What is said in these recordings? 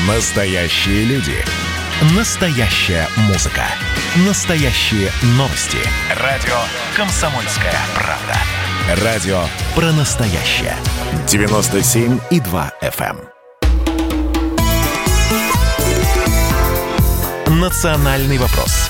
Настоящие люди. Настоящая музыка. Настоящие новости. Радио «Комсомольская правда». Радио про настоящее. 97,2 FM. Национальный вопрос.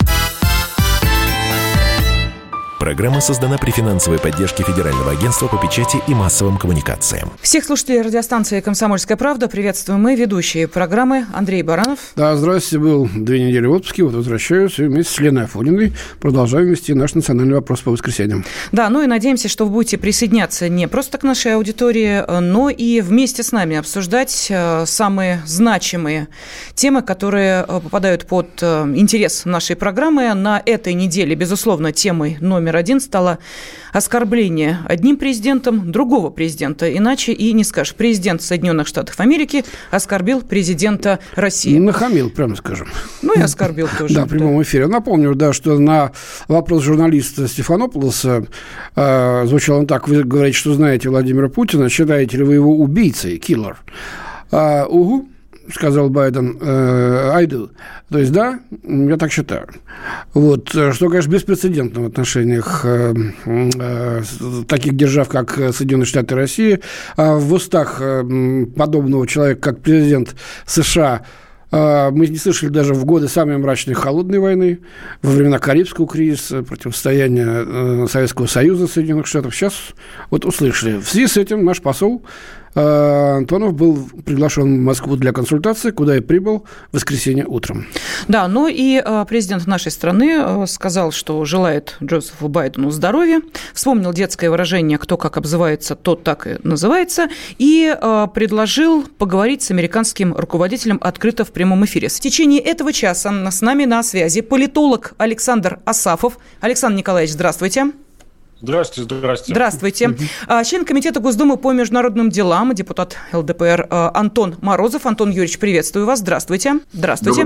Программа создана при финансовой поддержке Федерального агентства по печати и массовым коммуникациям. Всех слушателей радиостанции «Комсомольская правда» приветствуем мы, ведущие программы Андрей Баранов. Да, здравствуйте. Был 2 недели в отпуске, вот возвращаюсь и вместе с Леной Афониной продолжаем вести наш национальный вопрос по воскресеньям. Да, ну и надеемся, что вы будете присоединяться не просто к нашей аудитории, но и вместе с нами обсуждать самые значимые темы, которые попадают под интерес нашей программы. На этой неделе, безусловно, темой номер 1 стало оскорбление одним президентом другого президента. Иначе и не скажешь. Президент Соединенных Штатов Америки оскорбил президента России. Нахамил, прямо скажем. Ну и оскорбил тоже. Да, в прямом эфире. Напомню, да, что на вопрос журналиста Стефанополоса звучал он так: вы говорите, что знаете Владимира Путина, считаете ли вы его убийцей, киллер? Угу. Сказал Байден, I do. То есть, да, я так считаю. Вот. Что, конечно, беспрецедентно в отношениях таких держав, как Соединенные Штаты и Россия. В устах подобного человека, как президент США, мы не слышали даже в годы самой мрачной холодной войны, во времена Карибского кризиса, противостояния Советского Союза, Соединенных Штатов. Сейчас вот услышали. В связи с этим наш посол Антонов был приглашен в Москву для консультации, куда и прибыл в воскресенье утром. Да, ну и президент нашей страны сказал, что желает Джозефу Байдену здоровья, вспомнил детское выражение «кто как обзывается, тот так и называется», и предложил поговорить с американским руководителем открыто в прямом эфире. В течение этого часа с нами на связи политолог Александр Асафов. Александр Николаевич, здравствуйте. Здравствуйте. Здравствуйте. Член Комитета Госдумы по международным делам, депутат ЛДПР Антон Морозов. Антон Юрьевич, приветствую вас. Здравствуйте. Здравствуйте.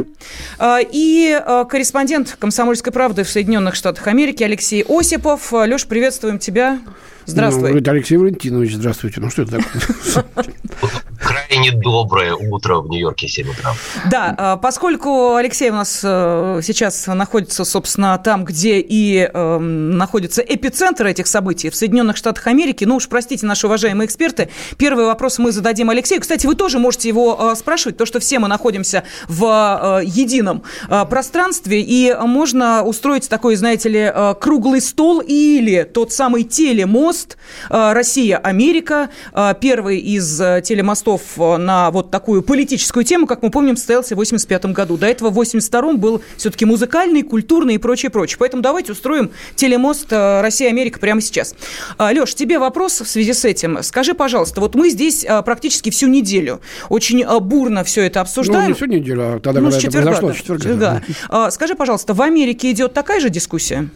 И корреспондент «Комсомольской правды» в Соединенных Штатах Америки Алексей Осипов. Леш, приветствуем тебя. Здравствуй. Алексей Валентинович, здравствуйте. Ну, что это такое? Крайне доброе утро в Нью-Йорке, 7 утра. Да, поскольку Алексей у нас сейчас находится, собственно, там, где и находится эпицентр этих событий, в Соединенных Штатах Америки, ну уж простите, наши уважаемые эксперты, первый вопрос мы зададим Алексею. Кстати, вы тоже можете его спрашивать, потому что все мы находимся в едином пространстве, и можно устроить такой, знаете ли, круглый стол или тот самый телемост Россия-Америка, первый из телемостов на вот такую политическую тему, как мы помним, состоялся в 1985 году. До этого в 1982 был все-таки музыкальный, культурный и прочее. Поэтому давайте устроим телемост Россия-Америка прямо сейчас. Леш, тебе вопрос в связи с этим. Скажи, пожалуйста, вот мы здесь практически всю неделю очень бурно все это обсуждаем. Ну, не всю неделю, а тогда, когда это произошло, с четверга. Да. Скажи, пожалуйста, в Америке идет такая же дискуссия?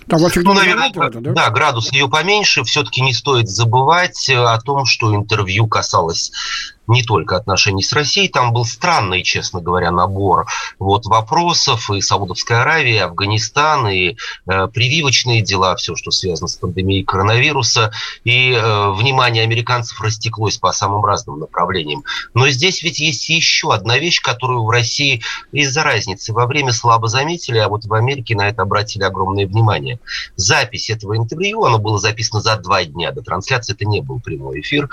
Наверное, градус ее поменьше. Все-таки не стоит забывать о том, что интервью касалось не только отношений с Россией. Там был странный, честно говоря, набор вопросов. И Саудовская Аравия, и Афганистан, и прививочные дела, все, что связано с пандемией коронавируса. И внимание американцев растеклось по самым разным направлениям. Но здесь ведь есть еще одна вещь, которую в России из-за разницы во время слабо заметили, а вот в Америке на это обратили огромное внимание. Запись этого интервью, оно было записано за 2 дня до трансляции, это не был прямой эфир,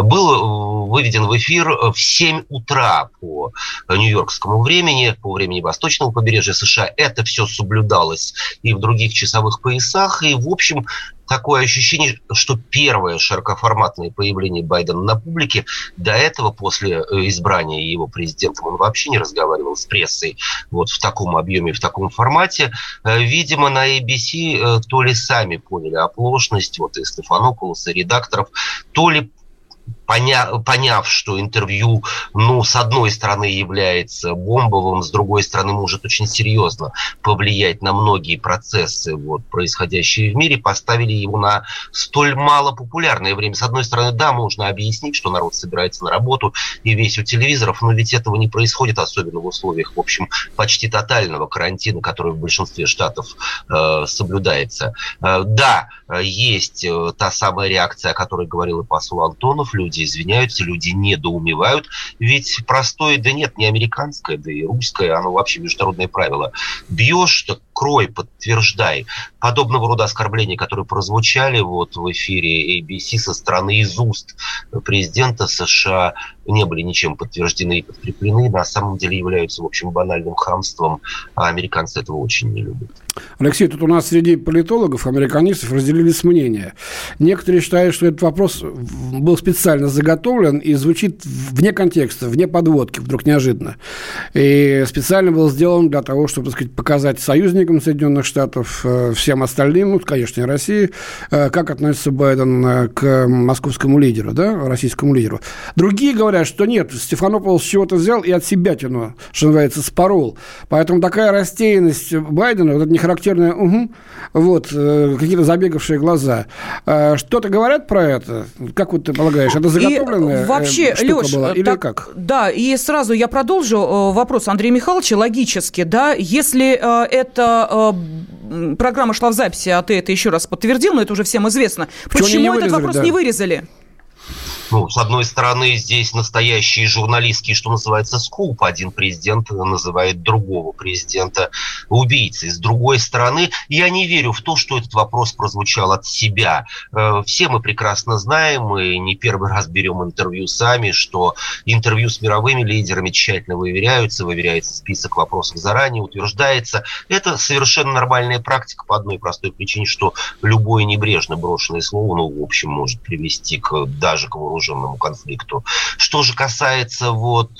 был выведен в эфир в 7 утра по нью-йоркскому времени, по времени восточного побережья США. Это все соблюдалось и в других часовых поясах. И, в общем, такое ощущение, что первое широкоформатное появление Байдена на публике, до этого, после избрания его президентом, он вообще не разговаривал с прессой в таком объеме, в таком формате. Видимо, на ABC то ли сами поняли оплошность и Стефанополоса, и редакторов, то ли поняв, что интервью, с одной стороны, является бомбовым, с другой стороны, может очень серьезно повлиять на многие процессы, происходящие в мире, поставили его на столь малопопулярное время. С одной стороны, да, можно объяснить, что народ собирается на работу и весь у телевизоров, но ведь этого не происходит, особенно в условиях, в общем, почти тотального карантина, который в большинстве штатов соблюдается. Да, есть та самая реакция, о которой говорил и посол Антонов. Люди люди извиняются, люди недоумевают. Ведь простое, да нет, не американское, да и русское, оно вообще международное правило. Бьешь, так крой, подтверждай. Подобного рода оскорбления, которые прозвучали вот в эфире ABC со стороны из уст президента США, не были ничем подтверждены и подкреплены, на самом деле являются, в общем, банальным хамством, а американцы этого очень не любят. Алексей, тут у нас среди политологов, американистов разделились мнения. Некоторые считают, что этот вопрос был специально заготовлен и звучит вне контекста, вне подводки, вдруг неожиданно. И специально был сделан для того, чтобы, так сказать, показать союзникам Соединенных Штатов, всем остальным, ну, конечно, и России, как относится Байден к московскому лидеру, да, российскому лидеру. Другие говорят, что нет, Стефанополос чего-то взял и от себя тянул, что называется, спорол. Поэтому такая растерянность Байдена, вот это нехарактерное вот, какие-то забегавшие глаза. Что-то говорят про это? Как вот ты полагаешь, это заготовленная вообще, штука Леш, была или как? Да, и сразу я продолжу вопрос Андрея Михайловича логически, да, если эта программа шла в записи, а ты это еще раз подтвердил, но это уже всем известно, почему этот вопрос не вырезали? Ну, с одной стороны, здесь настоящий журналистский, что называется, скуп. Один президент называет другого президента убийцей. С другой стороны, я не верю в то, что этот вопрос прозвучал от себя. Все мы прекрасно знаем, и не первый раз берем интервью сами, что интервью с мировыми лидерами тщательно выверяются список вопросов заранее, утверждается. Это совершенно нормальная практика по одной простой причине, что любое небрежно брошенное слово, ну, в общем, может привести даже к вооруженному конфликту. Что же касается вот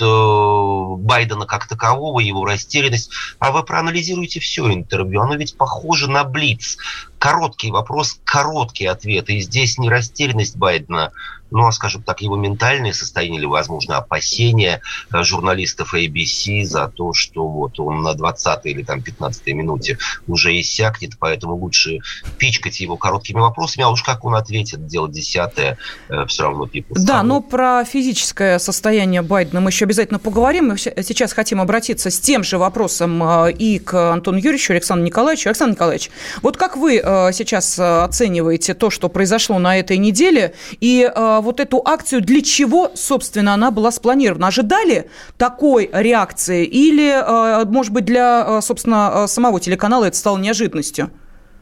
Байдена как такового, его растерянность, а вы проанализируйте все интервью, оно ведь похоже на блиц. Короткий вопрос, короткий ответ. И здесь не растерянность Байдена, ну, а, скажем так, его ментальное состояние или, возможно, опасения журналистов ABC за то, что вот он на 20-й или там 15-й минуте уже иссякнет, поэтому лучше пичкать его короткими вопросами, а уж как он ответит, дело 10-е, все равно people. Да, но про физическое состояние Байдена мы еще обязательно поговорим. Мы сейчас хотим обратиться с тем же вопросом и к Антону Юрьевичу, Александру Николаевичу. Александр Николаевич, вот как вы сейчас оцениваете то, что произошло на этой неделе, и вот эту акцию, для чего, собственно, она была спланирована? Ожидали такой реакции или, может быть, для, собственно, самого телеканала это стало неожиданностью?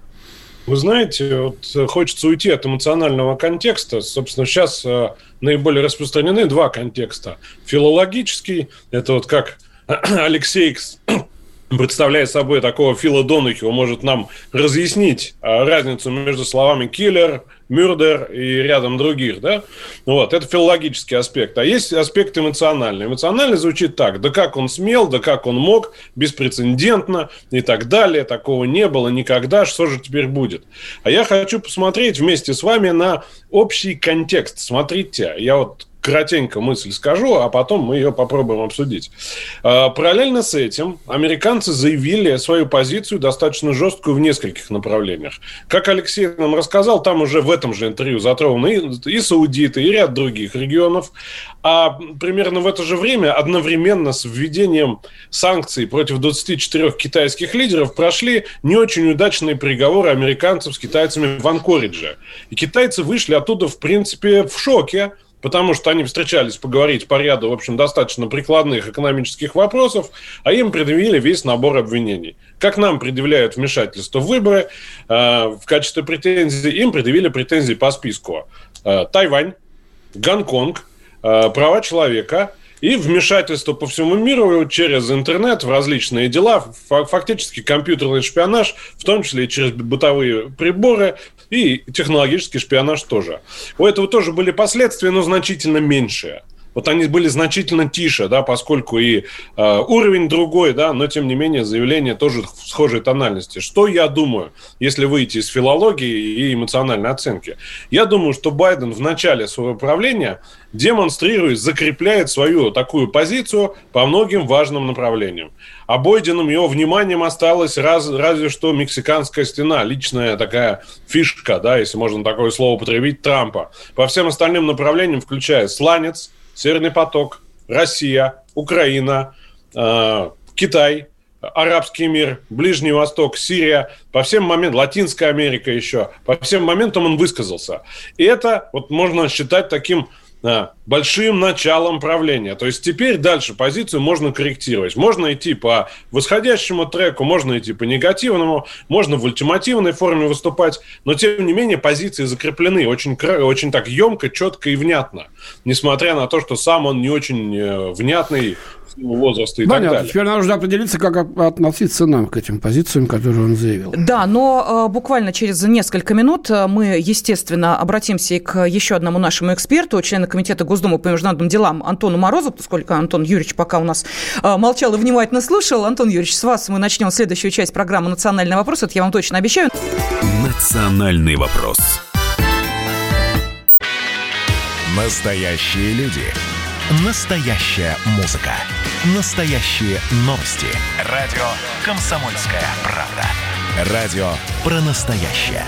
Вы знаете, вот хочется уйти от эмоционального контекста. Собственно, сейчас наиболее распространены два контекста. Филологический, это вот как Алексей, представляя собой такого Фила Донахью, может нам разъяснить разницу между словами «киллер», «мюрдер» и рядом других, да? Вот, это филологический аспект. А есть аспект эмоциональный. Эмоциональный звучит так: да как он смел, да как он мог, беспрецедентно и так далее, такого не было никогда, что же теперь будет? А я хочу посмотреть вместе с вами на общий контекст. Смотрите, я вот коротенько мысль скажу, а потом мы ее попробуем обсудить. Параллельно с этим американцы заявили свою позицию достаточно жесткую в нескольких направлениях. Как Алексей нам рассказал, там уже в этом же интервью затронули и саудиты, и ряд других регионов. А примерно в это же время, одновременно с введением санкций против 24 китайских лидеров, прошли не очень удачные переговоры американцев с китайцами в Анкоридже. И китайцы вышли оттуда, в принципе, в шоке, потому что они встречались поговорить по ряду, в общем, достаточно прикладных экономических вопросов, а им предъявили весь набор обвинений. Как нам предъявляют вмешательство в выборы, в качестве претензий, им предъявили претензии по списку: Тайвань, Гонконг, права человека и вмешательство по всему миру через интернет в различные дела, фактически компьютерный шпионаж, в том числе и через бытовые приборы, и технологический шпионаж тоже. У этого тоже были последствия, но значительно меньшие. Вот они были значительно тише, да, поскольку и уровень другой, да, но тем не менее заявление тоже в схожей тональности. Что я думаю, если выйти из филологии и эмоциональной оценки? Я думаю, что Байден в начале своего правления демонстрирует, закрепляет свою такую позицию по многим важным направлениям. Обойденным его вниманием осталась разве что Мексиканская стена, личная такая фишка, да, если можно такое слово употребить, Трампа. По всем остальным направлениям, включая сланец, Северный поток, Россия, Украина, Китай, Арабский мир, Ближний Восток, Сирия, по всем моментам, Латинская Америка еще, по всем моментам он высказался. И это вот можно считать таким большим началом правления. То есть теперь дальше позицию можно корректировать. Можно идти по восходящему треку, можно идти по негативному, можно в ультимативной форме выступать, но тем не менее позиции закреплены очень так емко, четко и внятно. Несмотря на то, что сам он не очень внятный возраста и так далее. Теперь нам нужно определиться, как относиться нам к этим позициям, которые он заявил. Да, но буквально через несколько минут мы, естественно, обратимся и к еще одному нашему эксперту, члену Комитета Госдумы по международным делам Антону Морозову, поскольку Антон Юрьевич пока у нас молчал и внимательно слушал. Антон Юрьевич, с вас мы начнем следующую часть программы «Национальный вопрос». Это я вам точно обещаю. «Национальный вопрос». Настоящие люди. Настоящая музыка. Настоящие новости. Радио «Комсомольская правда». Радио про настоящее.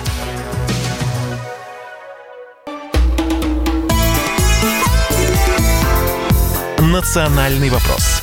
«Национальный вопрос».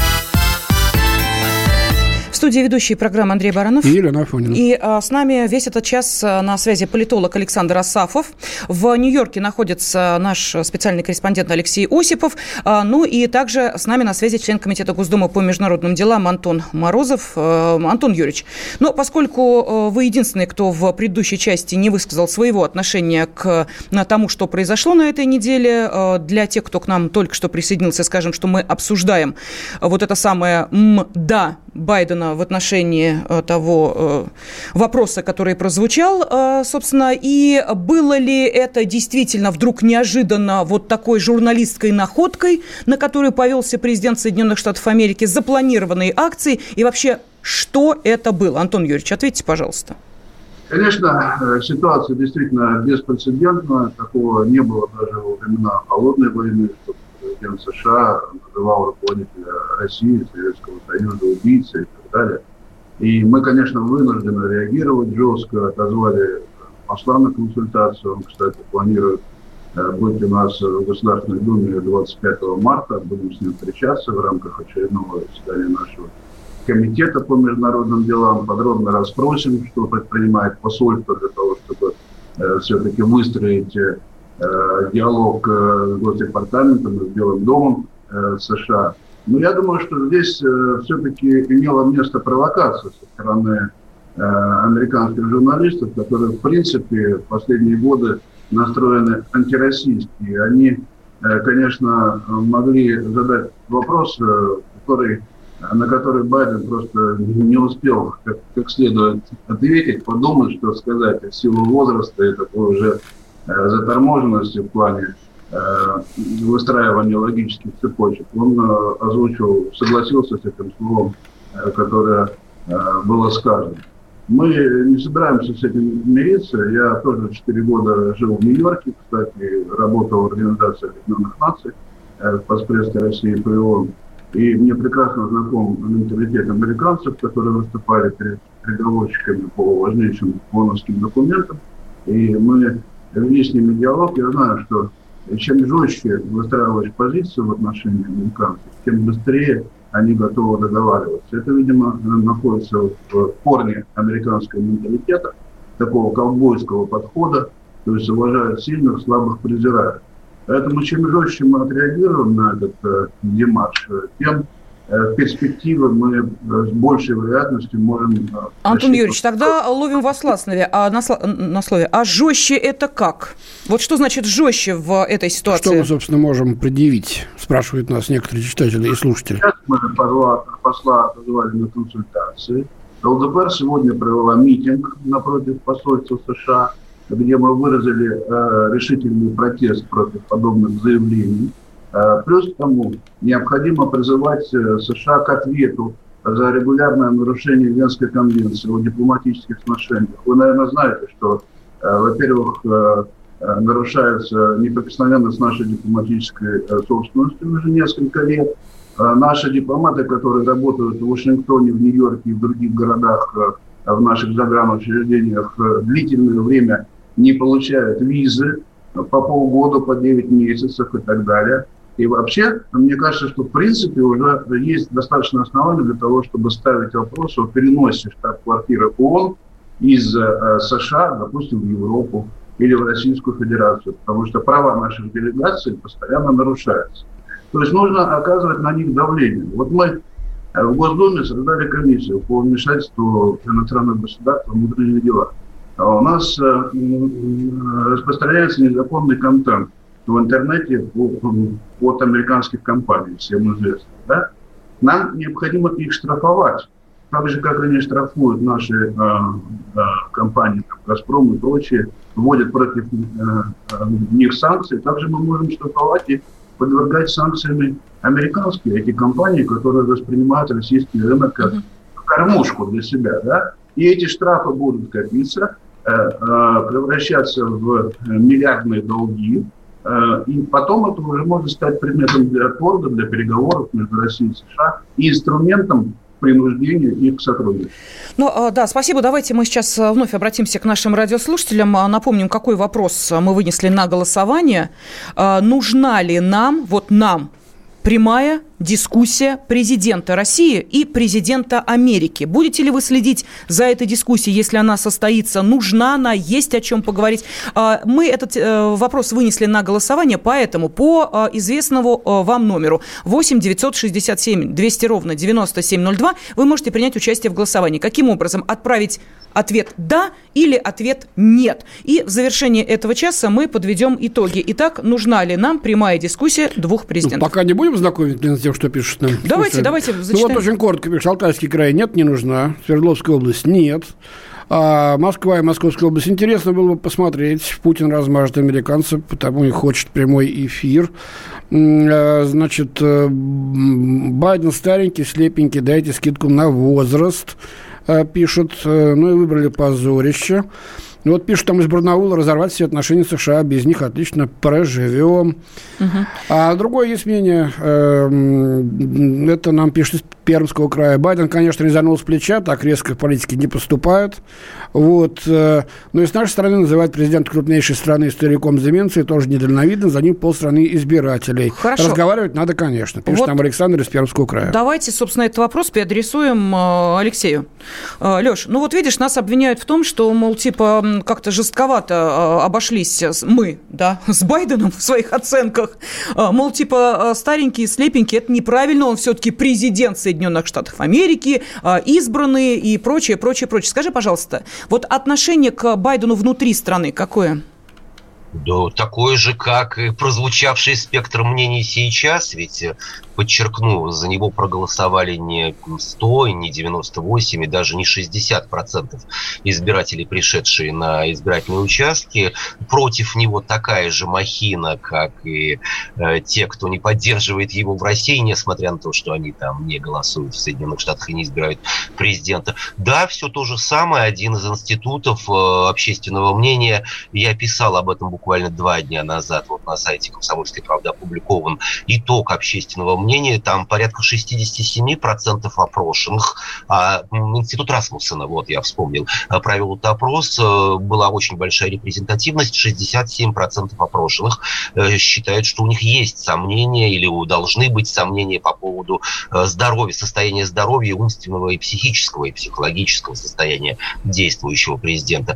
В студии ведущий программы Андрей Баранов. И Елена Афонина. И с нами весь этот час на связи политолог Александр Асафов. В Нью-Йорке находится наш специальный корреспондент Алексей Осипов. Ну и также с нами на связи член Комитета Госдумы по международным делам Антон Морозов. Антон Юрьевич, но поскольку вы единственный, кто в предыдущей части не высказал своего отношения к тому, что произошло на этой неделе, для тех, кто к нам только что присоединился, скажем, что мы обсуждаем вот это самое «да» Байдена в отношении того вопроса, который прозвучал, собственно, и было ли это действительно вдруг неожиданно вот такой журналистской находкой, на которую повелся президент Соединенных Штатов Америки, запланированной акцией, и вообще, что это было? Антон Юрьевич, ответьте, пожалуйста. Конечно, ситуация действительно беспрецедентная, такого не было даже во времена холодной войны, что президент США называл руководителя России, Советского Союза убийцей и так далее. И мы, конечно, вынуждены реагировать жестко, отозвали посла на консультацию. Он, кстати, планирует быть у нас в Государственной Думе 25 марта. Будем с ним встречаться в рамках очередного заседания нашего Комитета по международным делам. Подробно расспросим, что предпринимает посольство для того, чтобы все-таки выстроить диалог с Госдепартаментом и с Белым домом США. Но я думаю, что здесь все-таки имела место провокация со стороны американских журналистов, которые, в принципе, в последние годы настроены антироссийски. Они, конечно, могли задать вопрос, на который Байден просто не успел как следует ответить, подумать, что сказать в силу возраста и такой уже заторможенности в плане выстраивания логических цепочек. Он озвучил, согласился с этим словом, которое было сказано. Мы не собираемся с этим мириться. Я тоже 4 года жил в Нью-Йорке, кстати, работал в Организации Объединенных Наций, в Постпрессе России по ООН. И мне прекрасно знаком менталитет американцев, которые выступали перед переговорщиками по важнейшим ООНовским документам. И мы вели с ними диалог. Я знаю, что чем жестче выстраиваешь позицию в отношении американцев, тем быстрее они готовы договариваться. Это, видимо, находится в корне американского менталитета, такого ковбойского подхода, то есть уважают сильных, слабых презирают. Поэтому чем жестче мы отреагируем на этот демарш, тем перспективы мы с большей вероятностью можем... Антон Юрьевич, тогда ловим вас на слове. А жестче это как? Вот что значит жестче в этой ситуации? Что мы, собственно, можем предъявить, спрашивают нас некоторые читатели и слушатели. Сейчас мы посла позвали на консультации. ЛДПР сегодня провела митинг напротив посольства США, где мы выразили решительный протест против подобных заявлений. Плюс к тому, необходимо призывать США к ответу за регулярное нарушение Венской конвенции о дипломатических отношениях. Вы, наверное, знаете, что, во-первых, нарушается неприкосновенность нашей дипломатической собственности уже несколько лет. Наши дипломаты, которые работают в Вашингтоне, в Нью-Йорке и в других городах, в наших загранучреждениях, длительное время не получают визы по полгода, по 9 месяцев и так далее. И вообще, мне кажется, что в принципе уже есть достаточно оснований для того, чтобы ставить вопрос о переносе штаб-квартиры ООН из США, допустим, в Европу. или в Российскую Федерацию, потому что права наших делегаций постоянно нарушаются. То есть нужно оказывать на них давление. Вот мы в Госдуме создали комиссию по вмешательству иностранных государств в внутренние дела. А у нас распространяется незаконный контент в интернете от американских компаний, всем известно. Да? Нам необходимо их штрафовать. Так же, как они штрафуют наши компании, как «Газпром» и прочие, вводят против них санкции, также мы можем штрафовать и подвергать санкциями американские эти компании, которые воспринимают российский рынок как кормушку для себя. Да? И эти штрафы будут копиться, превращаться в миллиардные долги, и потом это уже может стать предметом для торга, для переговоров между Россией и США и инструментом принуждения их к сотрудничеству. Ну, да, спасибо. Давайте мы сейчас вновь обратимся к нашим радиослушателям. Напомним, какой вопрос мы вынесли на голосование. Нужна ли нам, прямая дискуссия президента России и президента Америки? Будете ли вы следить за этой дискуссией, если она состоится? Нужна она? Есть о чем поговорить? Мы этот вопрос вынесли на голосование, поэтому по известному вам номеру 8 967 200 ровно 9702 вы можете принять участие в голосовании. Каким образом? Отправить ответ «да» или ответ «нет». И в завершении этого часа мы подведем итоги. Итак, нужна ли нам прямая дискуссия двух президентов? Пока не будем знакомить с тем, что пишут нам. Давайте зачитаем. Вот очень коротко пишет. Алтайский край нет, не нужна. Свердловская область нет. Москва и Московская область. Интересно было бы посмотреть. Путин размажет американцев, потому и хочет прямой эфир. Значит, Байден старенький, слепенький, дайте скидку на возраст. Пишут, ну и выбрали позорище. Вот пишут там из Барнаула: разорвать все отношения с США, без них отлично проживем. А другое есть мнение, это нам пишет из Пермского края. Байден, конечно, резанул с плеча, так резко в политике не поступают. Вот. Но и с нашей стороны называют президента крупнейшей страны стариком с деменцией, тоже недальновидно, за ним полстраны избирателей. Хорошо. Разговаривать надо, конечно. Пишет там Александр из Пермского края. Давайте, собственно, этот вопрос переадресуем Алексею. Леш, ну вот видишь, нас обвиняют в том, что, мол, типа, как-то жестковато обошлись мы, да, с Байденом в своих оценках. Мол, типа, старенький, слепенький, это неправильно, он все-таки президент Соединенных Штатов Америки, избранный и прочее. Скажи, пожалуйста, вот отношение к Байдену внутри страны какое? Да, такой же, как и прозвучавший спектр мнений сейчас, ведь, подчеркну, за него проголосовали не 100, не 98 и даже не 60% избирателей, пришедшие на избирательные участки. Против него такая же махина, как и те, кто не поддерживает его в России, несмотря на то, что они там не голосуют в Соединенных Штатах и не избирают президента. Да, все то же самое. Один из институтов общественного мнения, я писал об этом буквально 2 дня назад, вот на сайте «Комсомольской правды» опубликован итог общественного мнения, там порядка 67% опрошенных. Институт Расмуссена, вот я вспомнил, провел этот опрос, была очень большая репрезентативность, 67% опрошенных считают, что у них есть сомнения или должны быть сомнения по поводу здоровья, состояния здоровья, умственного и психического, и психологического состояния действующего президента.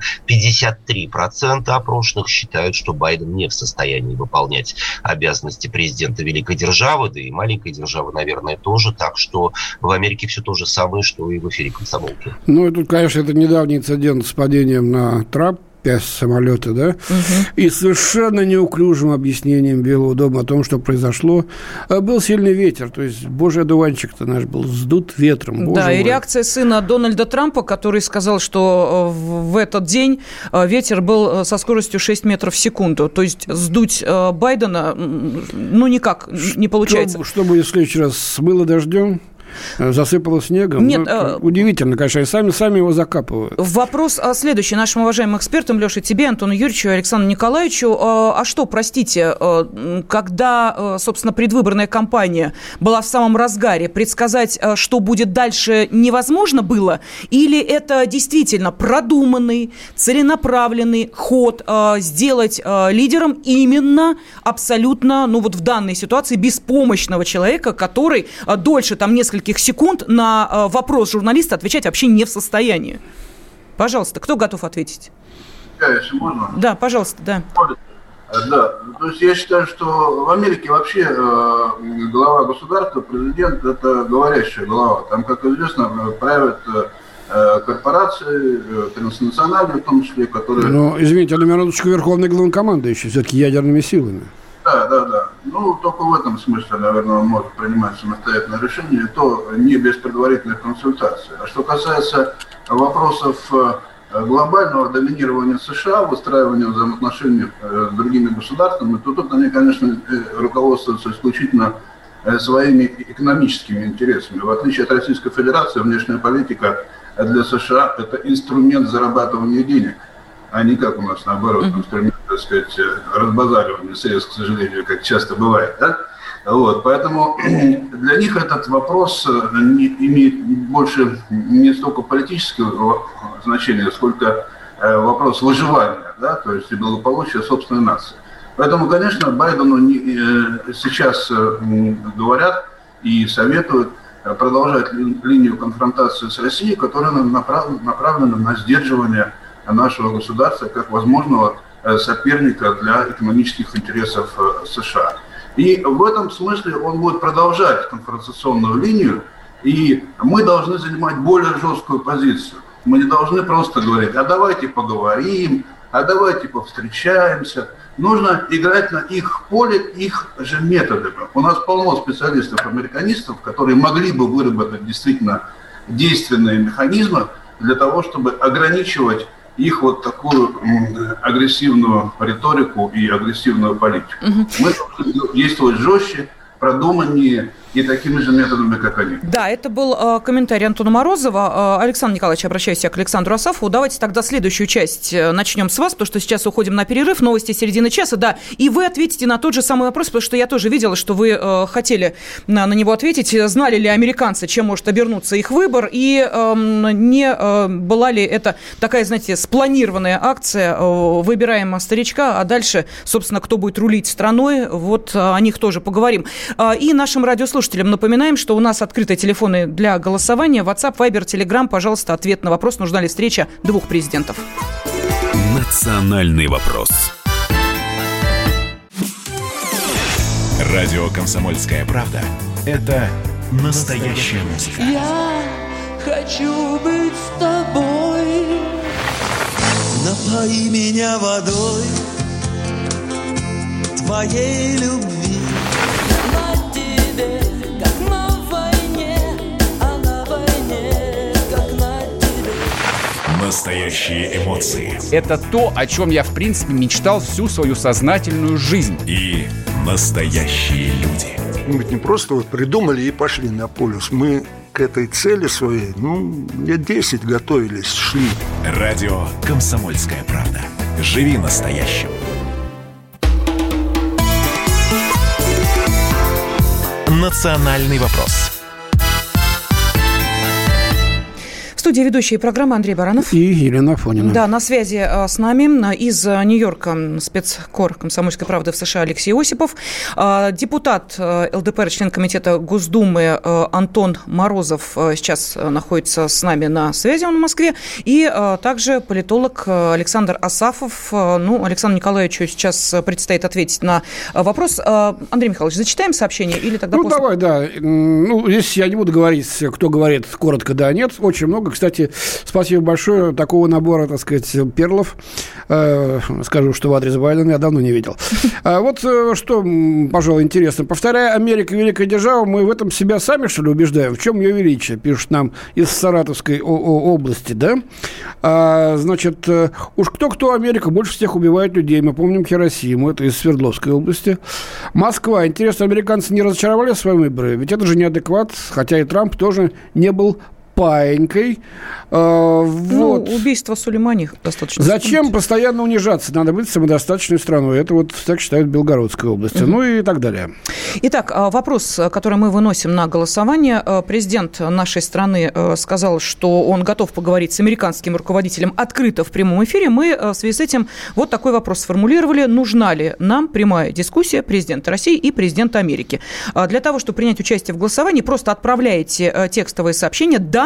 53% опрошенных считают, что Байден не в состоянии выполнять обязанности президента великой державы, да и маленькой державы, наверное, тоже. Так что в Америке все то же самое, что и в эфире «Комсомолки». Ну, и тут, конечно, это недавний инцидент с падением на трап самолета, да, и совершенно неуклюжим объяснением Белого дома о том, что произошло. Был сильный ветер, то есть божий одуванчик-то наш был сдут ветром. Да, и реакция сына Дональда Трампа, который сказал, что в этот день ветер был со скоростью 6 метров в секунду. То есть сдуть Байдена, ну, никак не получается. Что будет в следующий раз? Смыло дождем? Засыпало снегом. Нет, удивительно, конечно, и сами его закапывают. Вопрос следующий нашим уважаемым экспертам, Леше, тебе, Антону Юрьевичу, Александру Николаевичу. А что, простите, когда, собственно, предвыборная кампания была в самом разгаре, предсказать, что будет дальше, невозможно было? Или это действительно продуманный, целенаправленный ход сделать лидером именно абсолютно, ну вот в данной ситуации, беспомощного человека, который дольше там нескольких секунд на вопрос журналиста отвечать вообще не в состоянии? Пожалуйста, кто готов ответить? если можно. Да, пожалуйста, да. Да, то есть я считаю, что в Америке вообще глава государства, президент, это говорящая голова. Там, как известно, правят корпорации, транснациональные в том числе, которые... Ну, извините, на минуточку, верховный главнокомандующий, все-таки ядерными силами. Да. Ну, только в этом смысле, наверное, он может принимать самостоятельное решение, и то не без предварительных консультаций. А что касается вопросов глобального доминирования США, выстраивания взаимоотношений с другими государствами, то тут они, конечно, руководствуются исключительно своими экономическими интересами. В отличие от Российской Федерации, внешняя политика для США – это инструмент зарабатывания денег, а не как у нас, наоборот, инструмент, так сказать, разбазаривания средств, к сожалению, как часто бывает, да? Вот, поэтому для них этот вопрос имеет больше не столько политического значения, сколько вопрос выживания, да, то есть благополучия собственной нации. Поэтому, конечно, Байдену сейчас говорят и советуют продолжать линию конфронтации с Россией, которая направлена на сдерживание нашего государства как возможного соперника для экономических интересов США. И в этом смысле он будет продолжать конфронтационную линию, и мы должны занимать более жесткую позицию. Мы не должны просто говорить, а давайте поговорим, а давайте повстречаемся. Нужно играть на их поле, их же методами. У нас полно специалистов-американистов, которые могли бы выработать действительно действенные механизмы для того, чтобы ограничивать их вот такую агрессивную риторику и агрессивную политику. Мы должны действовать жестче, продуманнее и такими же методами, как они. Да, это был комментарий Антона Морозова. Александр Николаевич, обращаюсь я к Александру Асафову. Давайте тогда следующую часть начнем с вас, потому что сейчас уходим на перерыв, новости середины часа, да, и вы ответите на тот же самый вопрос, потому что я тоже видела, что вы хотели на него ответить. Знали ли американцы, чем может обернуться их выбор, и не была ли это такая, знаете, спланированная акция «Выбираем старичка», а дальше, собственно, кто будет рулить страной, вот о них тоже поговорим. И нашим радиослушателям напоминаем, что у нас открыты телефоны для голосования. WhatsApp, Viber, Telegram. Пожалуйста, ответ на вопрос, нужна ли встреча двух президентов. Национальный вопрос. Радио «Комсомольская правда» – это настоящая музыка. Я хочу быть с тобой. Напои меня водой твоей любви. Настоящие эмоции. Это то, о чем я, в принципе, мечтал всю свою сознательную жизнь. И настоящие люди. Мы ведь не просто вот придумали и пошли на полюс. Мы к этой цели своей, лет 10 готовились, шли. Радио «Комсомольская правда». Живи настоящим. Национальный вопрос. В студии ведущие программы Андрей Баранов и Елена Афонина. Да, на связи с нами из Нью-Йорка спецкор «Комсомольской правды» в США Алексей Осипов, депутат ЛДПР, член комитета Госдумы Антон Морозов сейчас находится с нами на связи, он в Москве, и также политолог Александр Асафов. Александру Николаевичу сейчас предстоит ответить на вопрос. Андрей Михайлович, зачитаем сообщение или тогда после? Давай, да. Здесь я не буду говорить, кто говорит коротко «да», «нет». Очень много. Кстати, спасибо большое. Такого набора, так сказать, перлов, скажу, что в адрес Байдена я давно не видел. Вот что, пожалуй, интересно. Повторяя, Америка великая держава, мы в этом себя сами, что ли, убеждаем? В чем ее величие? Пишут нам из Саратовской области, да? Значит, уж кто-кто, Америка больше всех убивает людей. Мы помним Хиросиму, это из Свердловской области. Москва. Интересно, американцы не разочаровали в своем выборе? Ведь это же неадекват, хотя и Трамп тоже не был паенькой. Убийство Сулеймани достаточно. Зачем постоянно унижаться? Надо быть самодостаточной страной. Это вот так считают в Белгородской области. И так далее. Итак, вопрос, который мы выносим на голосование. Президент нашей страны сказал, что он готов поговорить с американским руководителем открыто в прямом эфире. Мы в связи с этим вот такой вопрос сформулировали. Нужна ли нам прямая дискуссия президента России и президента Америки? Для того, чтобы принять участие в голосовании, просто отправляете текстовые сообщения «да»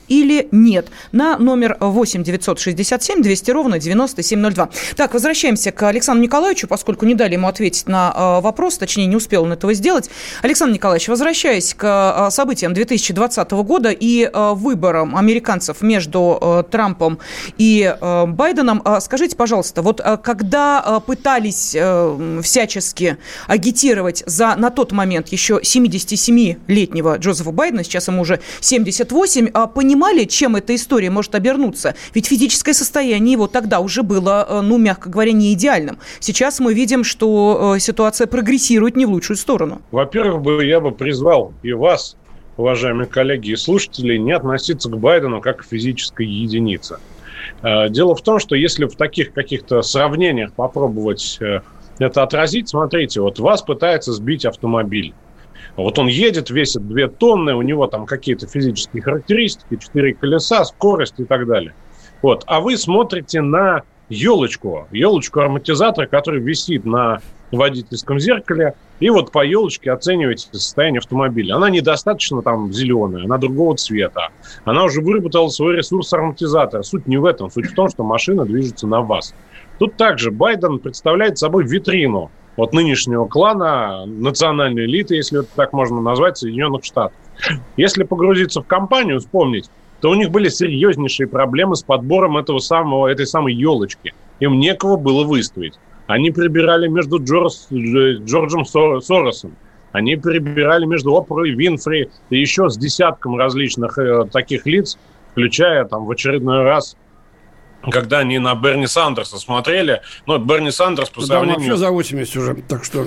или нет? На номер 8 967 200 ровно 9702. Так, возвращаемся к Александру Николаевичу, поскольку не дали ему ответить на вопрос, точнее, не успел он этого сделать. Александр Николаевич, возвращаясь к событиям 2020 года и выборам американцев между Трампом и Байденом, скажите, пожалуйста, вот когда пытались всячески агитировать за на тот момент еще 77-летнего Джозефа Байдена, сейчас ему уже 78, понимали, чем эта история может обернуться? Ведь физическое состояние его тогда уже было, ну, мягко говоря, не идеальным. Сейчас мы видим, что ситуация прогрессирует не в лучшую сторону. Во-первых, я бы призвал и вас, уважаемые коллеги и слушатели, не относиться к Байдену как к физической единице. Дело в том, что если в таких каких-то сравнениях попробовать это отразить, смотрите, вот вас пытается сбить автомобиль. Вот он едет, весит 2 тонны, у него там какие-то физические характеристики, 4 колеса, скорость и так далее. Вот. А вы смотрите на елочку амортизатора, который висит на водительском зеркале, и вот по елочке оцениваете состояние автомобиля. Она недостаточно там зеленая, она другого цвета. Она уже выработала свой ресурс амортизатора. Суть не в этом. Суть в том, что машина движется на вас. Тут также Байден представляет собой витрину от нынешнего клана, национальной элиты, если это так можно назвать, Соединенных Штатов. Если погрузиться в компанию, вспомнить, то у них были серьезнейшие проблемы с подбором этой самой елочки. Им некого было выставить. Они прибирали между Джорджем Соросом, они прибирали между Опрой Винфри и еще с десятком различных таких лиц, включая там в очередной раз, когда они на Берни Сандерса смотрели. Но Берни Сандерс по сравнению... Да, вообще за 80 уже, так что...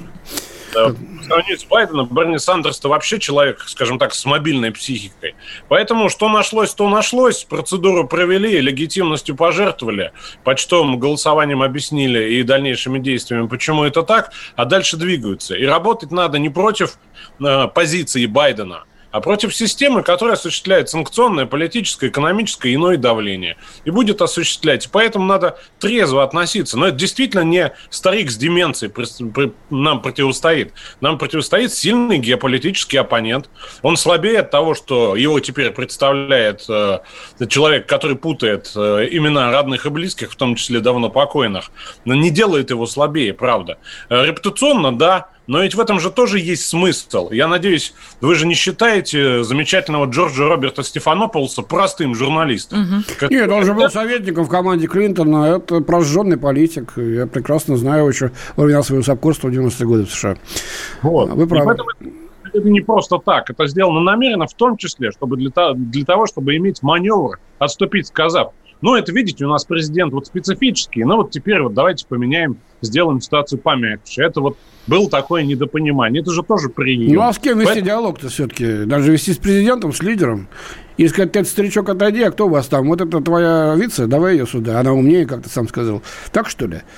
Да. По сравнению с Байденом, Берни Сандерс-то вообще человек, скажем так, с мобильной психикой. Поэтому что нашлось, то нашлось. Процедуру провели, легитимностью пожертвовали, почтовым голосованием объяснили и дальнейшими действиями, почему это так, а дальше двигаются. И работать надо не против позиции Байдена, а против системы, которая осуществляет санкционное, политическое, экономическое и иное давление. И будет осуществлять. Поэтому надо трезво относиться. Но это действительно не старик с деменцией нам противостоит. Нам противостоит сильный геополитический оппонент. Он слабее от того, что его теперь представляет человек, который путает имена родных и близких, в том числе давно покойных. Но не делает его слабее, правда. Репутационно, да. Но ведь в этом же тоже есть смысл. Я надеюсь, вы же не считаете замечательного Джорджа Роберта Стефанополоса простым журналистом? Нет, он же был советником в команде Клинтона. Это прожженный политик. Я прекрасно знаю его еще во времена своего сапкорства в 90-е годы в США. Вот. Вы правы. Это не просто так. Это сделано намеренно, в том числе, чтобы для того, чтобы иметь маневр, отступить, сказав: ну, это, видите, у нас президент вот специфический, но вот теперь вот давайте поменяем, сделаем ситуацию помягче. Это вот было такое недопонимание. Это же тоже прием. Ну, а с кем вести диалог-то все-таки? Даже вести с президентом, с лидером? И сказать: ты, старичок, отойди, а кто у вас там? Вот это твоя вице, давай ее сюда. Она умнее, как ты сам сказал. Так, что ли?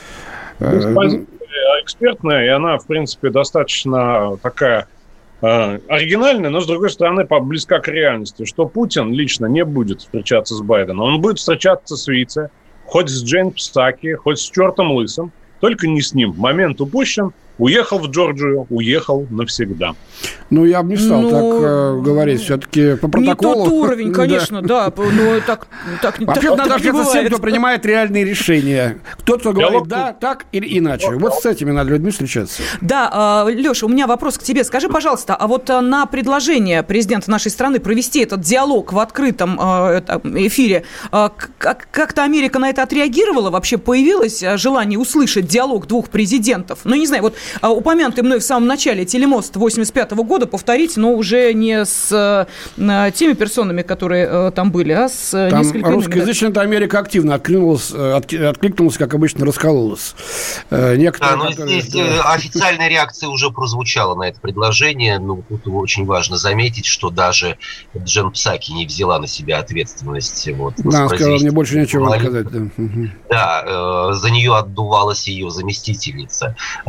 Экспертная, и она, в принципе, достаточно такая оригинальная, но, с другой стороны, близка к реальности, что Путин лично не будет встречаться с Байденом. Он будет встречаться с вице, хоть с Джейн Псаки, хоть с чертом лысым, только не с ним. Момент упущен. Уехал в Джорджию, уехал навсегда. Ну, я бы не стал так говорить. Все-таки по протоколу... Не тот уровень, конечно, да. Но так вообще надо общаться с тем, кто принимает реальные решения. Кто-то говорит да, так или иначе. Вот с этими надо людьми встречаться. Да, Леша, у меня вопрос к тебе. Скажи, пожалуйста, а вот на предложение президента нашей страны провести этот диалог в открытом эфире, как-то Америка на это отреагировала? Вообще появилось желание услышать диалог двух президентов? Ну, не знаю, вот упомянутый мной в самом начале телемост 85-го года повторить, но уже не с теми персонами, которые там были, а с там несколькими. Русскоязычная Америка активно откликнулась, как обычно, раскололась. Некоторые, здесь официальная реакция уже прозвучала на это предложение. Но тут очень важно заметить, что даже Джен Псаки не взяла на себя ответственность. Вот, да, сказала, мне больше нечего сказать. Да, за нее отдувалась ее заместительница по имени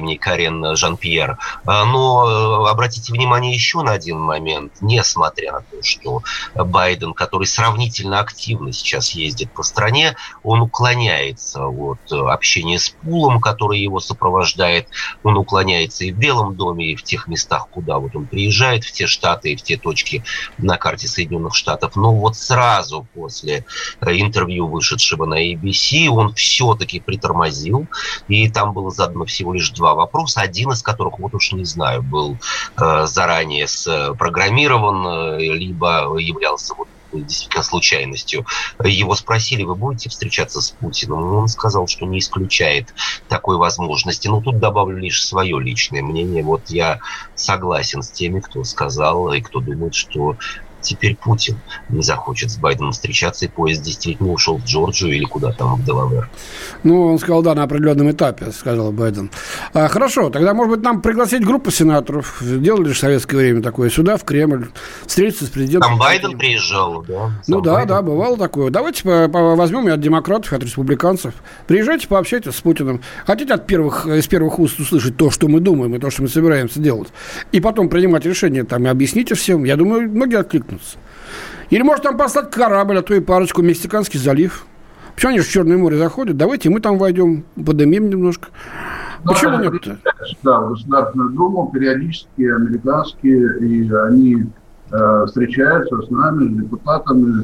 древний Карен Жан-Пьер. Но обратите внимание еще на один момент. Несмотря на то, что Байден, который сравнительно активно сейчас ездит по стране, он уклоняется от общения с пулом, который его сопровождает. Он уклоняется и в Белом доме, и в тех местах, куда вот он приезжает, в те штаты и в те точки на карте Соединенных Штатов. Но вот сразу после интервью, вышедшего на ABC, он все-таки притормозил. И там было задано всего лишь 2 вопроса, один из которых, вот уж не знаю, был заранее спрограммирован, либо являлся вот действительно случайностью. Его спросили: вы будете встречаться с Путиным? И он сказал, что не исключает такой возможности. Но тут добавлю лишь свое личное мнение. Вот я согласен с теми, кто сказал и кто думает, что теперь Путин не захочет с Байденом встречаться, и поезд действительно ушел в Джорджию или куда там, в Делавэр. Ну, он сказал, да, на определенном этапе, сказал Байден. Хорошо, тогда, может быть, нам пригласить группу сенаторов, делали же в советское время такое, сюда, в Кремль, встретиться с президентом. Там Байден приезжал, да? Ну да, бывало такое. Давайте возьмем и от демократов, и от республиканцев. Приезжайте, пообщайтесь с Путиным. Хотите из первых уст услышать то, что мы думаем, и то, что мы собираемся делать, и потом принимать решение, там, и объясните всем. Я думаю, многие откликнутся. Или, может, там послать корабль, а то и парочку, Мексиканский залив. Почему они же в Черное море заходят? Давайте мы там войдем, подымем немножко. Почему нет-то? Да, в Государственную Думу периодически американские, и они встречаются с нами, с депутатами.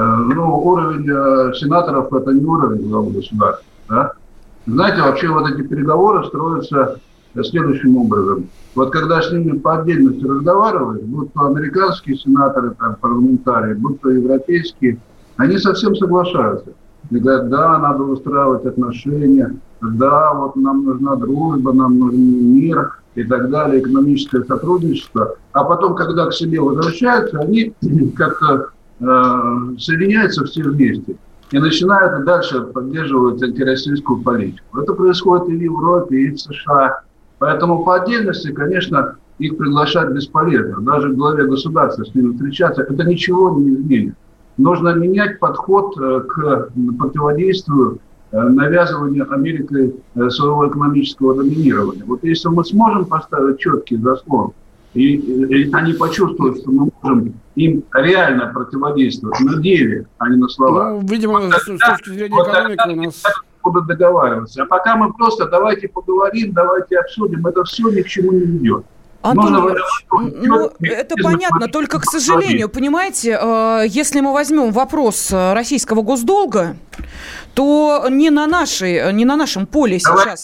Уровень сенаторов – это не уровень главы государства. Да? Знаете, вообще вот эти переговоры строятся следующим образом. Вот когда с ними по отдельности разговариваешь, будь то американские сенаторы, там, парламентарии, будь то европейские, они совсем соглашаются. И говорят, да, надо выстраивать отношения, да, вот нам нужна дружба, нам нужен мир и так далее, экономическое сотрудничество. А потом, когда к себе возвращаются, они как-то соединяются все вместе и начинают дальше поддерживать антироссийскую политику. Это происходит и в Европе, и в США. Поэтому по отдельности, конечно, их приглашать бесполезно. Даже в главе государства с ними встречаться, это ничего не изменит. Нужно менять подход к противодействию навязыванию Америкой своего экономического доминирования. Вот если мы сможем поставить четкий заслон, и они почувствуют, что мы можем им реально противодействовать на деле, а не на словах. Ну, видимо, с точки зрения экономики у нас... будут договариваться. А пока мы просто давайте поговорим, давайте обсудим, это все ни к чему не ведет. Антон Юрьевич, это понятно, только, к сожалению, понимаете, если мы возьмем вопрос российского госдолга, то не на нашем поле сейчас...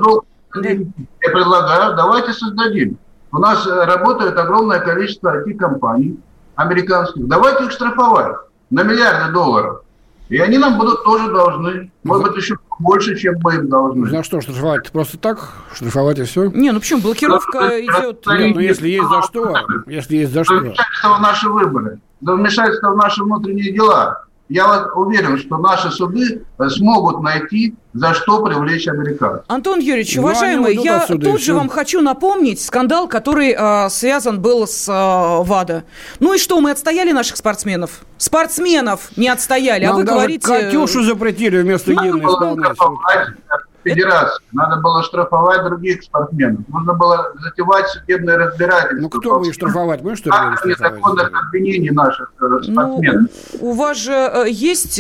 Я предлагаю, давайте создадим. У нас работает огромное количество IT-компаний американских. Давайте их штрафовать на миллиарды долларов. И они нам будут тоже должны. Может быть, еще больше, чем мы им должны. За что штрафовать? Просто так? Штрафовать и все? Не, ну почему? Блокировка идет... Ну, если есть за что. Если есть за что. Вмешательство в наши выборы. Да вмешательство в наши внутренние дела. Я вот уверен, что наши суды смогут найти, за что привлечь американцев. Антон Юрьевич, уважаемый, я тут же вам хочу напомнить скандал, который связан был с ВАДА. Ну и что, мы отстояли наших спортсменов? Спортсменов не отстояли, нам а вы говорите... «Катюшу» запретили вместо гимна исполнять. Федерации. Надо было штрафовать других спортсменов. Нужно было затевать судебное разбирательство. Ну, кто будет штрафовать? Мы, что ли, будем штрафовать? Незаконных обвинений наших спортсменов. У вас же есть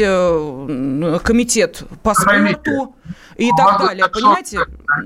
комитет по спорту и так далее, понимаете?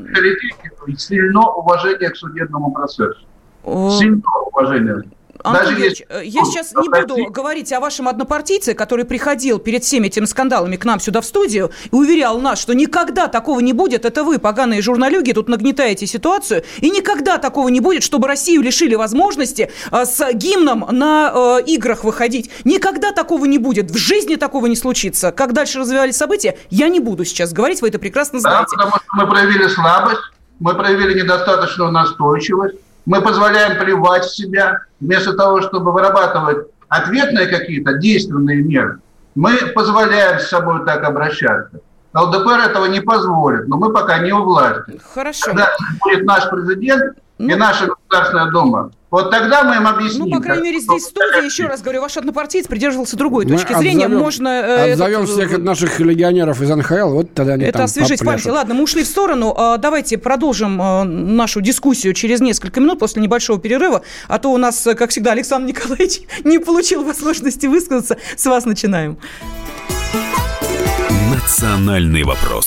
Сильно уважение к судебному процессу. Сильно уважение. Антон Юрьевич, я сейчас не буду говорить о вашем однопартийце, который приходил перед всеми этими скандалами к нам сюда в студию и уверял нас, что никогда такого не будет. Это вы, поганые журналюги, тут нагнетаете ситуацию. И никогда такого не будет, чтобы Россию лишили возможности с гимном на играх выходить. Никогда такого не будет. В жизни такого не случится. Как дальше развивались события, я не буду сейчас говорить, вы это прекрасно знаете. Да, потому что мы проявили слабость, мы проявили недостаточную настойчивость. Мы позволяем плевать в себя, вместо того, чтобы вырабатывать ответные какие-то действенные меры. Мы позволяем с собой так обращаться. ЛДПР этого не позволит, но мы пока не у власти. Хорошо. Когда будет наш президент и наша Государственная Дума, Вот тогда мы им объясним. Ну, по крайней мере, здесь в студии, еще раз говорю, ваш однопартиец придерживался другой точки зрения. Отзовем всех наших легионеров из НХЛ, вот тогда они это там освежить в памяти. Ладно, мы ушли в сторону. Давайте продолжим нашу дискуссию через несколько минут после небольшого перерыва. А то у нас, как всегда, Александр Николаевич не получил возможности высказаться. С вас начинаем. Национальный вопрос.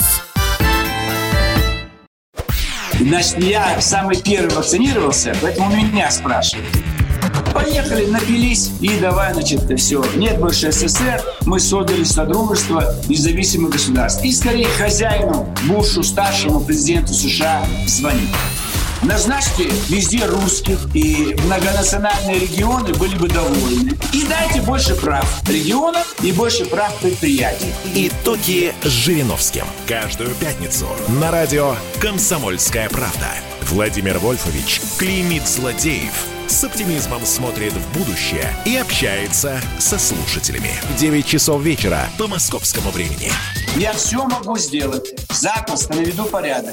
Значит, я самый первый вакцинировался, поэтому меня спрашивают. Поехали, напились и давай, значит, все. Нет больше СССР, мы создали Содружество независимых государств. И скорее хозяину Бушу, старшему президенту США, звонить. Назначьте везде русских, и многонациональные регионы были бы довольны. И дайте больше прав регионам и больше прав предприятий. Итоги с Жириновским. Каждую пятницу на радио «Комсомольская правда». Владимир Вольфович клеймит злодеев, с оптимизмом смотрит в будущее и общается со слушателями. 9 часов вечера по московскому времени. Я все могу сделать. Запросто наведу порядок.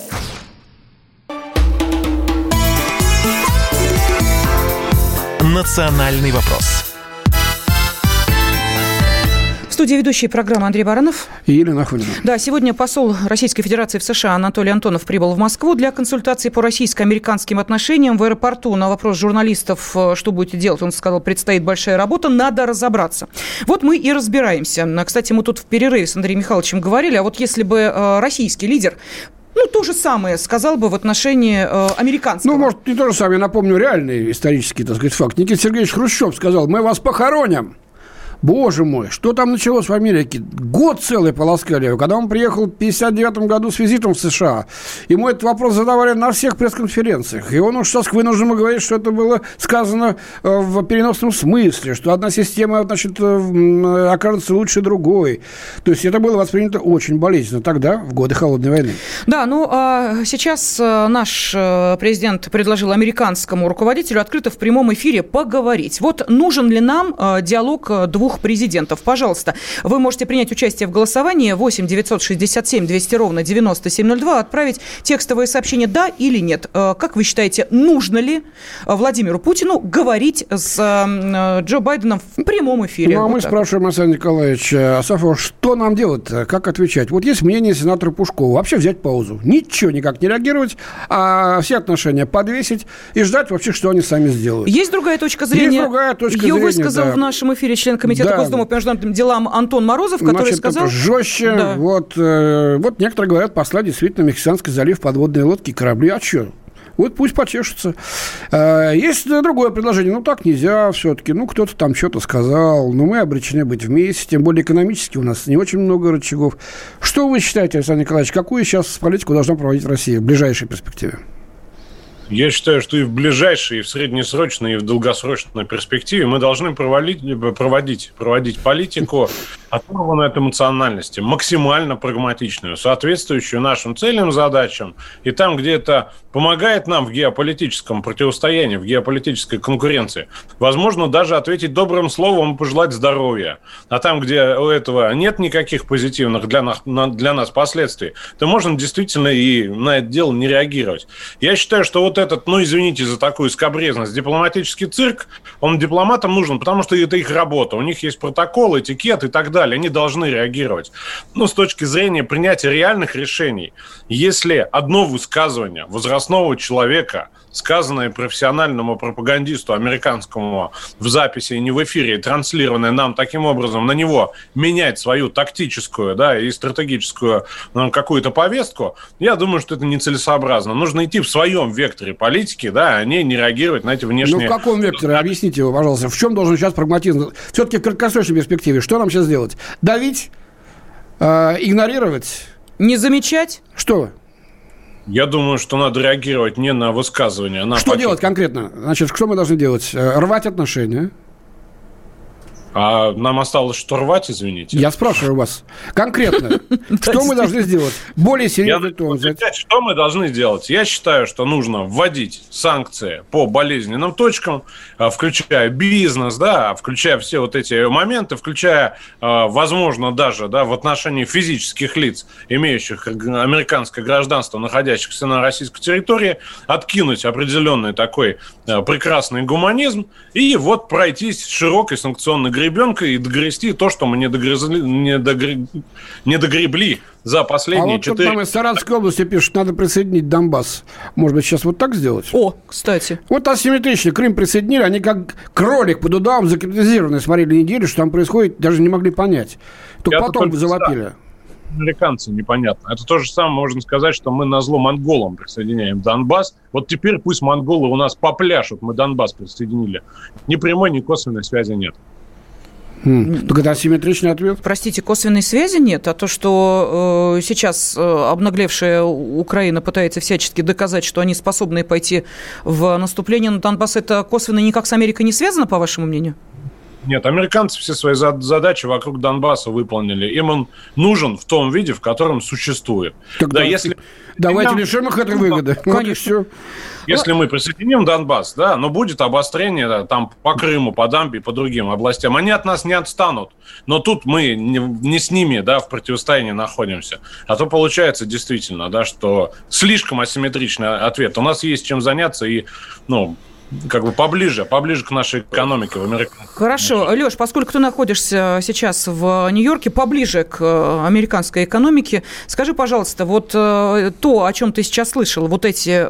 Национальный вопрос. В студии ведущие программы Андрей Баранов и Елена Афонина. Да, сегодня посол Российской Федерации в США Анатолий Антонов прибыл в Москву для консультации по российско-американским отношениям. В аэропорту на вопрос журналистов, что будете делать, он сказал, предстоит большая работа, надо разобраться. Вот мы и разбираемся. Кстати, мы тут в перерыве с Андреем Михайловичем говорили, а вот если бы российский лидер то же самое сказал бы в отношении американского. Ну, может, не то же самое. Я напомню реальный исторический, так сказать, факт. Никита Сергеевич Хрущев сказал: мы вас похороним. Боже мой, что там началось в Америке? Год целый полоскали. Когда он приехал в 1959 году с визитом в США, ему этот вопрос задавали на всех пресс-конференциях. И он уж сейчас вынужден говорить, что это было сказано в переносном смысле, что одна система, значит, окажется лучше другой. То есть это было воспринято очень болезненно тогда, в годы Холодной войны. Да, сейчас наш президент предложил американскому руководителю открыто в прямом эфире поговорить. Вот нужен ли нам диалог двух президентов? Пожалуйста, вы можете принять участие в голосовании 8 967 200 ровно 9702, отправить текстовое сообщение «да» или «нет». Как вы считаете, нужно ли Владимиру Путину говорить с Джо Байденом в прямом эфире? Мы спрашиваем Александра Николаевича Асафова, что нам делать, как отвечать. Вот есть мнение сенатора Пушкова. Вообще взять паузу. Ничего никак не реагировать, а все отношения подвесить и ждать вообще, что они сами сделают. Есть другая точка зрения? Есть другая точка зрения, ее высказал в нашем эфире член комитета Госдумы по международным делам Антон Морозов, который сказал... жестче. Да. Вот некоторые говорят, послать действительно Мексиканский залив, подводные лодки, корабли. А что? Вот пусть почешутся. Есть другое предложение. Так нельзя все-таки. Кто-то там что-то сказал. Но мы обречены быть вместе. Тем более экономически у нас не очень много рычагов. Что вы считаете, Александр Николаевич, какую сейчас политику должна проводить Россия в ближайшей перспективе? Я считаю, что и в ближайшей, и в среднесрочной, и в долгосрочной перспективе мы должны проводить политику, оторванную от эмоциональности, максимально прагматичную, соответствующую нашим целям, задачам. И там, где это помогает нам в геополитическом противостоянии, в геополитической конкуренции, возможно, даже ответить добрым словом и пожелать здоровья. А там, где у этого нет никаких позитивных для нас последствий, то можно действительно и на это дело не реагировать. Я считаю, что вот этот, извините за такую скабрезность, дипломатический цирк, он дипломатам нужен, потому что это их работа. У них есть протокол, этикет и так далее. Они должны реагировать. С точки зрения принятия реальных решений, если одно высказывание возрастного человека, сказанное профессиональному пропагандисту американскому в записи, не в эфире, транслированное нам таким образом, на него менять свою тактическую, и стратегическую какую-то повестку, я думаю, что это нецелесообразно. Нужно идти в своем векторе политики, а не реагировать на эти внешние... в каком векторе? Объясните его, пожалуйста. В чем должен сейчас прагматизм? Все-таки в краткосрочной перспективе. Что нам сейчас делать? Давить? Игнорировать? Не замечать? Что? Я думаю, что надо реагировать не на высказывания, а на... Что делать конкретно? Значит, что мы должны делать? Рвать отношения? А нам осталось что рвать, извините? Я спрашиваю вас конкретно, что мы должны сделать? Более серьезный тон взять. Что мы должны делать? Я считаю, что нужно вводить санкции по болезненным точкам, включая бизнес, да, включая все вот эти моменты, включая, возможно, даже в отношении физических лиц, имеющих американское гражданство, находящихся на российской территории, откинуть определенный такой прекрасный гуманизм и вот пройтись широкой санкционной гребенкой и догрести то, что мы не догребли за последние 4... А вот нам из Саратовской области пишут, надо присоединить Донбасс. Может быть, сейчас вот так сделать? О, кстати. Вот асимметрично. Крым присоединили, они как кролик под ударом загипнотизированные смотрели неделю, что там происходит, даже не могли понять. Только потом завопили. Американцы непонятно. Это то же самое можно сказать, что мы назло монголам присоединяем Донбасс. Вот теперь пусть монголы у нас попляшут, мы Донбасс присоединили. Ни прямой, ни косвенной связи нет. Так это асимметричный ответ? Простите, косвенной связи нет, а то, что сейчас обнаглевшая Украина пытается всячески доказать, что они способны пойти в наступление на Донбасс, это косвенно никак с Америкой не связано, по вашему мнению? Нет, американцы все свои задачи вокруг Донбасса выполнили. Им он нужен в том виде, в котором существует. Тогда давайте лишим их этой выгоды. Конечно. Если мы присоединим Донбасс, да, но будет обострение там по Крыму, по Дамбе и по другим областям. Они от нас не отстанут. Но тут мы не с ними, да, в противостоянии находимся. А то получается действительно, да, что слишком асимметричный ответ. У нас есть чем заняться и, как бы поближе к нашей экономике в Америке. Хорошо. Лёш, поскольку ты находишься сейчас в Нью-Йорке, поближе к американской экономике, скажи, пожалуйста, вот то, о чем ты сейчас слышал, вот эти,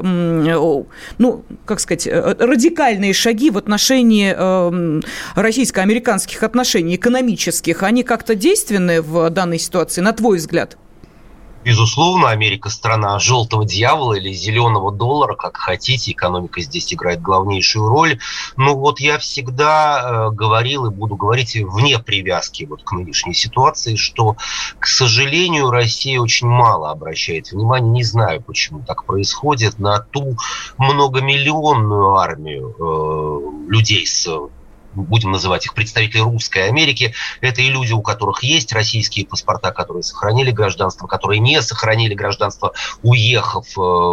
радикальные шаги в отношении российско-американских отношений, экономических, они как-то действенны в данной ситуации, на твой взгляд? Безусловно, Америка – страна желтого дьявола или зеленого доллара, как хотите. Экономика здесь играет главнейшую роль. Но вот я всегда говорил и буду говорить вне привязки к нынешней ситуации, что, к сожалению, Россия очень мало обращает внимания, не знаю, почему так происходит, на ту многомиллионную армию людей будем называть их представители русской Америки, это и люди, у которых есть российские паспорта, которые сохранили гражданство, которые не сохранили гражданство, уехав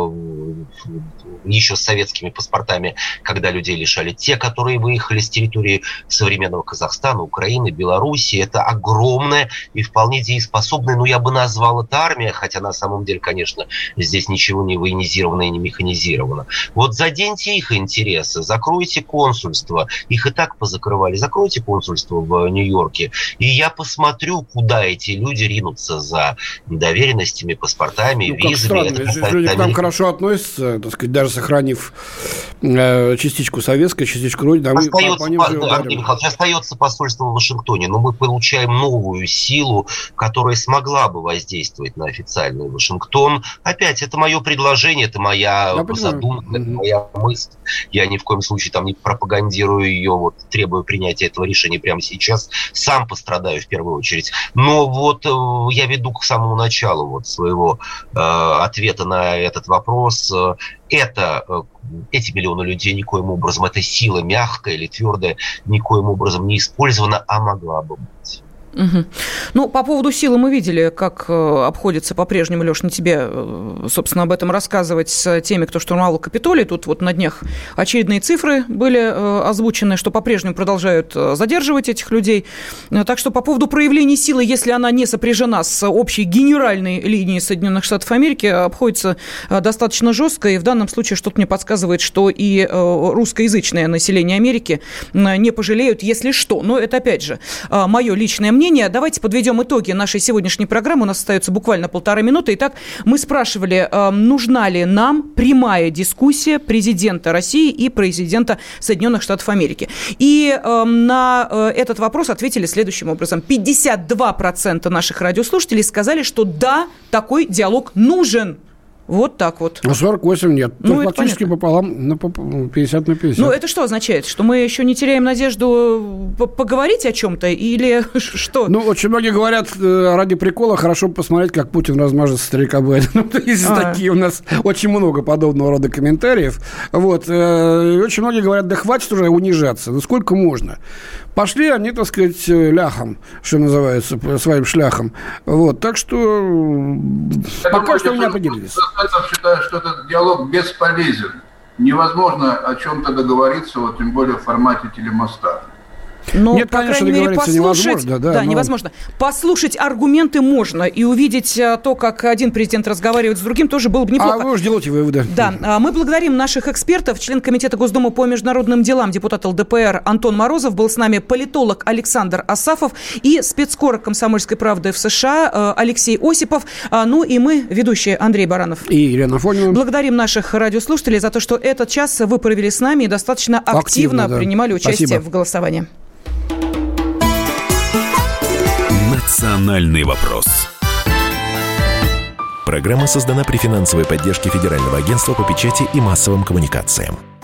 еще с советскими паспортами, когда людей лишали. Те, которые выехали с территории современного Казахстана, Украины, Белоруссии, это огромная и вполне дееспособная, я бы назвал это армия, хотя на самом деле, конечно, здесь ничего не военизировано и не механизировано. Вот заденьте их интересы, закройте консульство, их и так закрывали, закройте консульство в Нью-Йорке, и я посмотрю, куда эти люди ринутся за доверенностями, паспортами, визами. Люди к нам хорошо относятся, так сказать, даже сохранив частичку советской, частичку родины. Остается посольство в Вашингтоне, но мы получаем новую силу, которая смогла бы воздействовать на официальный Вашингтон. Опять, это мое предложение, это моя задумка, это моя мысль. Я ни в коем случае там не пропагандирую ее, требую принятия этого решения прямо сейчас, сам пострадаю в первую очередь. Но я веду к самому началу своего ответа на этот вопрос. Эти миллионы людей никоим образом, эта сила мягкая или твердая, никоим образом не использована, а могла бы быть. Угу. По поводу силы мы видели, как обходится по-прежнему, Леш, не тебе, собственно, об этом рассказывать с теми, кто штурмовал Капитолий. Тут на днях очередные цифры были озвучены, что по-прежнему продолжают задерживать этих людей. Так что по поводу проявления силы, если она не сопряжена с общей генеральной линией Соединенных Штатов Америки, обходится достаточно жестко. И в данном случае что-то мне подсказывает, что и русскоязычное население Америки не пожалеют, если что. Но это, опять же, мое личное мнение. Давайте подведем итоги нашей сегодняшней программы. У нас остается буквально 1,5 минуты. Итак, мы спрашивали, нужна ли нам прямая дискуссия президента России и президента Соединенных Штатов Америки. И на этот вопрос ответили следующим образом. 52% наших радиослушателей сказали, что да, такой диалог нужен. Вот так вот. А 48 нет. Ну, фактически пополам, 50 на 50. Ну, это что означает? Что мы еще не теряем надежду поговорить о чем-то или что? Ну, очень многие говорят, ради прикола хорошо посмотреть, как Путин размажет старика Байдена. Есть такие у нас очень много подобного рода комментариев. Вот. И очень многие говорят, да хватит уже унижаться. Ну, сколько можно? Пошли они, так сказать, ляхом, что называется, своим шляхом. Вот. Так что пока что не определились. Я считаю, что этот диалог бесполезен. Невозможно о чем-то договориться, вот, тем более в формате телемоста. Ну, нет, по конечно, крайней мере, послушать, невозможно. Да, невозможно. Послушать аргументы можно и увидеть то, как один президент разговаривает с другим, тоже было бы неплохо. А вы уже делаете выводы. Да, мы благодарим наших экспертов. Член Комитета Госдумы по международным делам, депутат ЛДПР Антон Морозов, был с нами политолог Александр Асафов и спецкор «Комсомольской правды» в США Алексей Осипов. Ну и мы, ведущие Андрей Баранов и Елена Афонина. Благодарим наших радиослушателей за то, что этот час вы провели с нами и достаточно активно принимали участие в голосовании. «Национальный вопрос». Программа создана при финансовой поддержке Федерального агентства по печати и массовым коммуникациям.